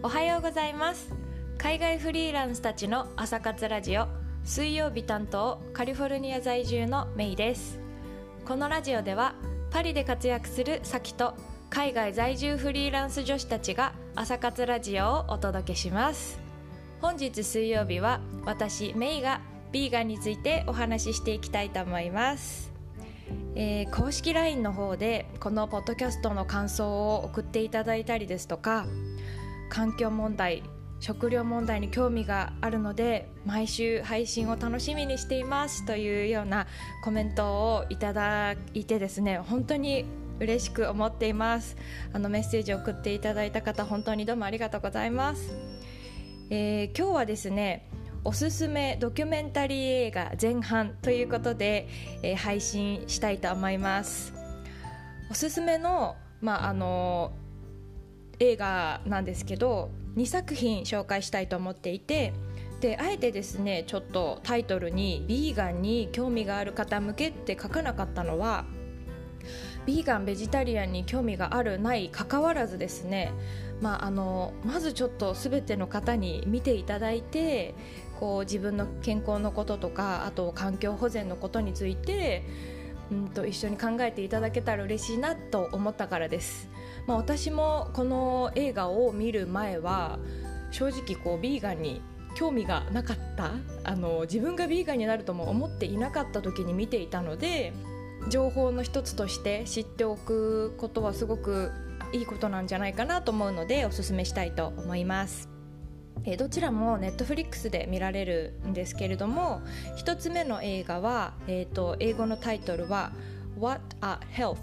おはようございます。海外フリーランスたちの朝活ラジオ、水曜日担当カリフォルニア在住のメイです。このラジオではパリで活躍するサキと海外在住フリーランス女子たちが朝活ラジオをお届けします。本日水曜日は私メイがビーガンについてお話ししていきたいと思います。公式 LINE の方でこのポッドキャストの感想を送っていただいたりですとか、環境問題、食料問題に興味があるので毎週配信を楽しみにしていますというようなコメントをいただいてですね、本当に嬉しく思っています。メッセージを送っていただいた方、本当にどうもありがとうございます。今日はですね、おすすめドキュメンタリー映画前半ということで、配信したいと思います。おすすめの、映画なんですけど、2作品紹介したいと思っていて、であえてですね、ちょっとタイトルにビーガンに興味がある方向けって書かなかったのは、ビーガンベジタリアンに興味があるない関わらずですね、まずちょっと全ての方に見ていただいて、自分の健康のこととか、あと環境保全のことについて一緒に考えていただけたら嬉しいなと思ったからです。私もこの映画を見る前は正直ビーガンに興味がなかった、自分がビーガンになるとも思っていなかった時に見ていたので、情報の一つとして知っておくことはすごくいいことなんじゃないかなと思うので、おすすめしたいと思います。どちらもネットフリックスで見られるんですけれども、一つ目の映画は、英語のタイトルは What a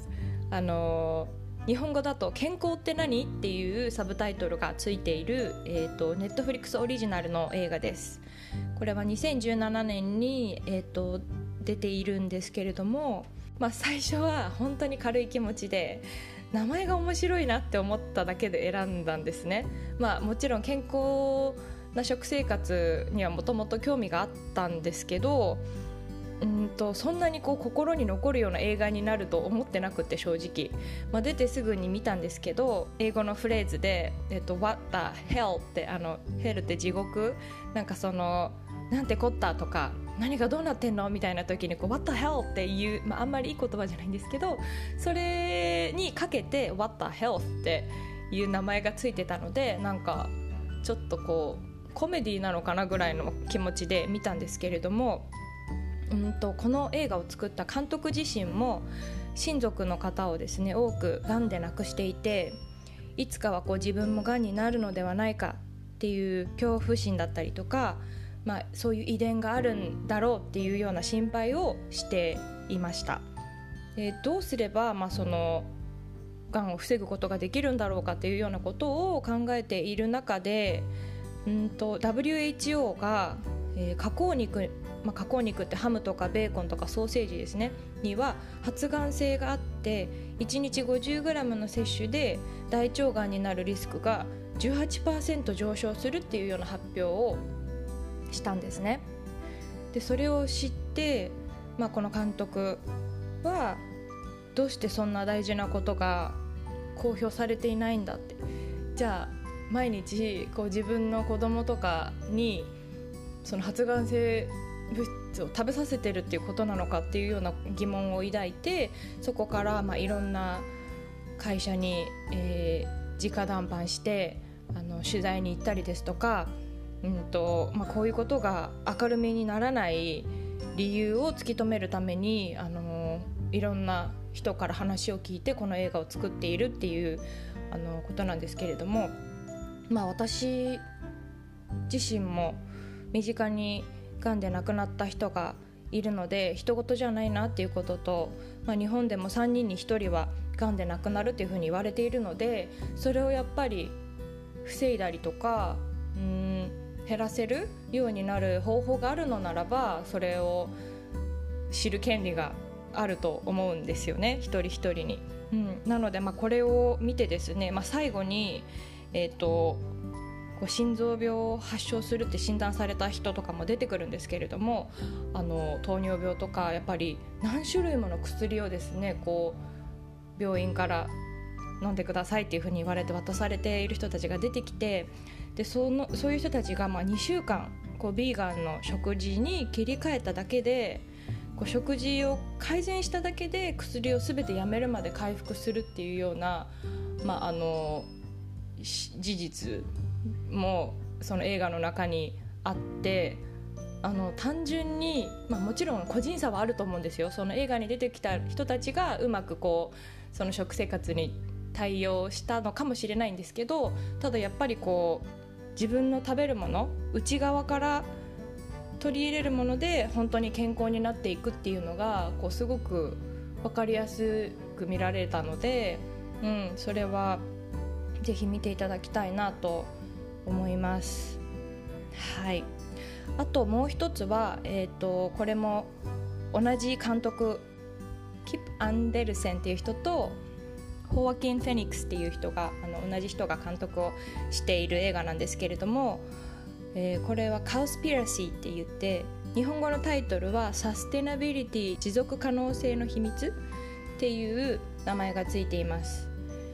Health、日本語だと健康って何っていうサブタイトルがついている、ネットフリックスオリジナルの映画です。これは2017年に、出ているんですけれども、最初は本当に軽い気持ちで名前が面白いなって思っただけで選んだんですね。もちろん健康な食生活にはもともと興味があったんですけど、そんなに心に残るような映画になると思ってなくて、正直、出てすぐに見たんですけど、英語のフレーズで、What the hell って、hell って地獄、なんてこったとか何がどうなってんのみたいな時にWhat the hell っていう、あんまりいい言葉じゃないんですけど、それにかけて What the hell っていう名前がついてたので、ちょっとコメディなのかなぐらいの気持ちで見たんですけれども、この映画を作った監督自身も親族の方をですね、多くがんで亡くしていて、いつかは自分もがんになるのではないかっていう恐怖心だったりとか、そういう遺伝があるんだろうっていうような心配をしていました。どうすれば、そのがんを防ぐことができるんだろうかっていうようなことを考えている中で、WHO が、加工肉ってハムとかベーコンとかソーセージですねには発がん性があって、1日 50g の摂取で大腸がんになるリスクが 18% 上昇するっていうような発表をしたんですね。でそれを知って、この監督はどうしてそんな大事なことが公表されていないんだって、じゃあ毎日自分の子供とかにその発がん性物質を食べさせてるっていうことなのかっていうような疑問を抱いて、そこからいろんな会社に、直談判して取材に行ったりですとか、こういうことが明るみにならない理由を突き止めるためにいろんな人から話を聞いてこの映画を作っているっていうことなんですけれども、私自身も身近にがんで亡くなった人がいるので人事じゃないなっていうことと、日本でも3人に1人はがんで亡くなるっていうふうに言われているので、それをやっぱり防いだりとか減らせるようになる方法があるのならば、それを知る権利があると思うんですよね、一人一人に。なのでこれを見てですね、最後に心臓病を発症するって診断された人とかも出てくるんですけれども、糖尿病とかやっぱり何種類もの薬をですね病院から飲んでくださいっていうふうに言われて渡されている人たちが出てきて、でそういう人たちが2週間こうビーガンの食事に切り替えただけで、こう食事を改善しただけで薬を全てやめるまで回復するっていうような、事実もその映画の中にあって、単純に、もちろん個人差はあると思うんですよ。その映画に出てきた人たちがうまくこうその食生活に対応したのかもしれないんですけど、ただやっぱりこう自分の食べるもの、内側から取り入れるもので本当に健康になっていくっていうのがこうすごく分かりやすく見られたので、それはぜひ見ていただきたいなと思います。はい。あともう一つは、これも同じ監督、キップ・アンデルセンっていう人とホワキン・フェニックスっていう人が同じ人が監督をしている映画なんですけれども、これはカウスピラシーって言って、日本語のタイトルはサステナビリティ、持続可能性の秘密っていう名前がついています。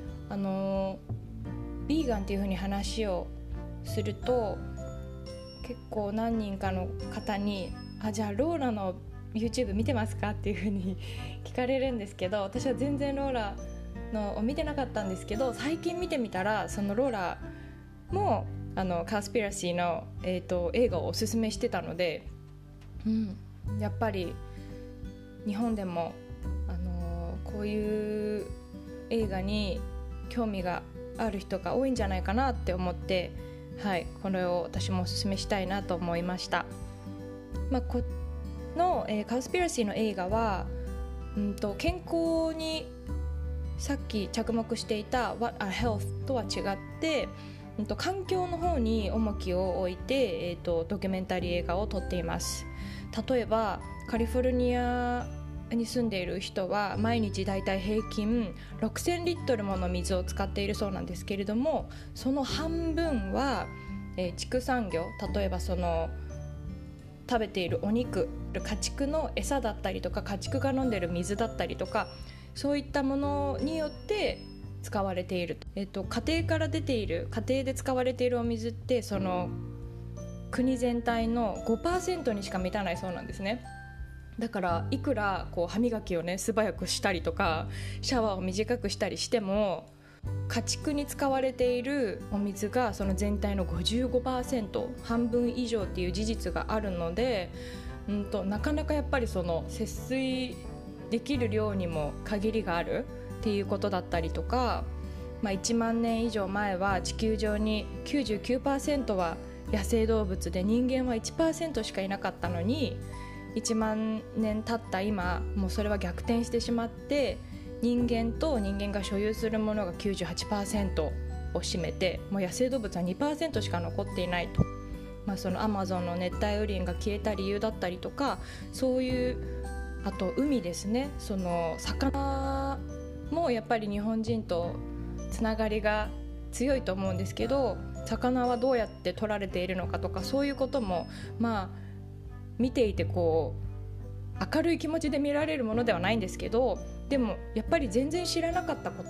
ビーガンっていう風に話をすると結構何人かの方にじゃあローラの YouTube 見てますかっていう風に聞かれるんですけど、私は全然ローラのを見てなかったんですけど、最近見てみたらそのローラもカウスピラシーの、映画をおすすめしてたので、やっぱり日本でも、こういう映画に興味がある人が多いんじゃないかなって思って、これを私もおすすめしたいなと思いました。この、カウスピラシーの映画は、健康にさっき着目していた What a Health とは違って、環境の方に重きを置いて、ドキュメンタリー映画を撮っています。例えばカリフォルニアに住んでいる人は毎日だいたい平均6000リットルもの水を使っているそうなんですけれども、その半分は、畜産業、例えばその食べているお肉、家畜の餌だったりとか家畜が飲んでいる水だったりとか、そういったものによって使われている、家庭から出ている、家庭で使われているお水ってその国全体の 5% にしか満たないそうなんですね。だからいくらこう歯磨きをね素早くしたりとかシャワーを短くしたりしても、家畜に使われているお水がその全体の 55%、 半分以上っていう事実があるので、なかなかやっぱりその節水できる量にも限りがあるっていうことだったりとか、1万年以上前は地球上に 99% は野生動物で人間は 1% しかいなかったのに、1万年経った今もうそれは逆転してしまって、人間と人間が所有するものが 98% を占めて、もう野生動物は 2% しか残っていないと、そのアマゾンの熱帯雨林が消えた理由だったりとか、そういう、あと海ですね、その魚もやっぱり日本人とつながりが強いと思うんですけど、魚はどうやって取られているのかとか、そういうことも見ていてこう明るい気持ちで見られるものではないんですけど、でもやっぱり全然知らなかったこと、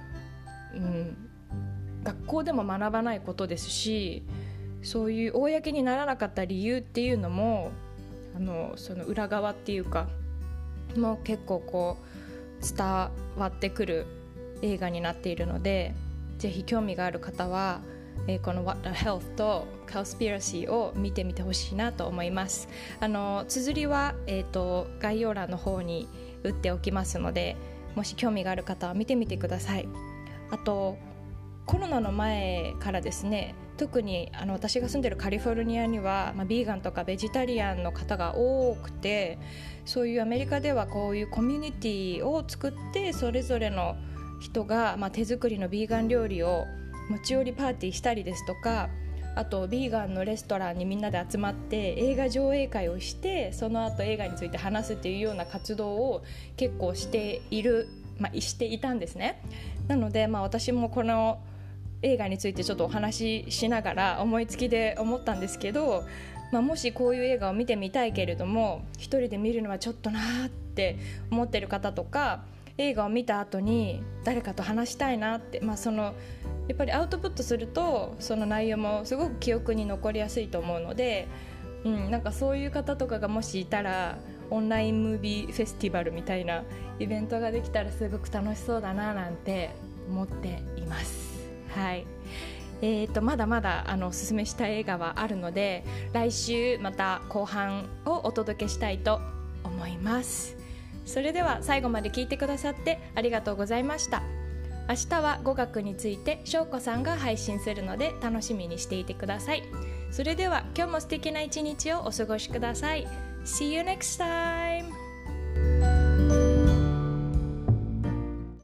学校でも学ばないことですし、そういう公にならなかった理由っていうのもその裏側っていうかもう結構こう伝わってくる映画になっているので、ぜひ興味がある方はこの What a Health と Cowspiracy を見てみてほしいなと思います。綴りは、概要欄の方に打っておきますので、もし興味がある方は見てみてください。あとコロナの前からですね、特に私が住んでるカリフォルニアには、ビーガンとかベジタリアンの方が多くて、そういうアメリカではこういうコミュニティを作って、それぞれの人が、手作りのビーガン料理を持ち寄りパーティーしたりですとか、あとビーガンのレストランにみんなで集まって映画上映会をして、その後映画について話すっていうような活動を結構していたんですね。なので、私もこの映画についてちょっとお話ししながら思いつきで思ったんですけど、もしこういう映画を見てみたいけれども一人で見るのはちょっとなって思ってる方とか、 映画を見た後に誰かと話したいなって、やっぱりアウトプットするとその内容もすごく記憶に残りやすいと思うので、なんかそういう方とかがもしいたら、オンラインムービーフェスティバルみたいなイベントができたらすごく楽しそうだななんて思っています。はい。まだまだおすすめしたい映画はあるので、来週また後半をお届けしたいと思います。それでは最後まで聞いてくださってありがとうございました。明日は語学について翔子さんが配信するので楽しみにしていてください。それでは今日も素敵な一日をお過ごしください。See you next time!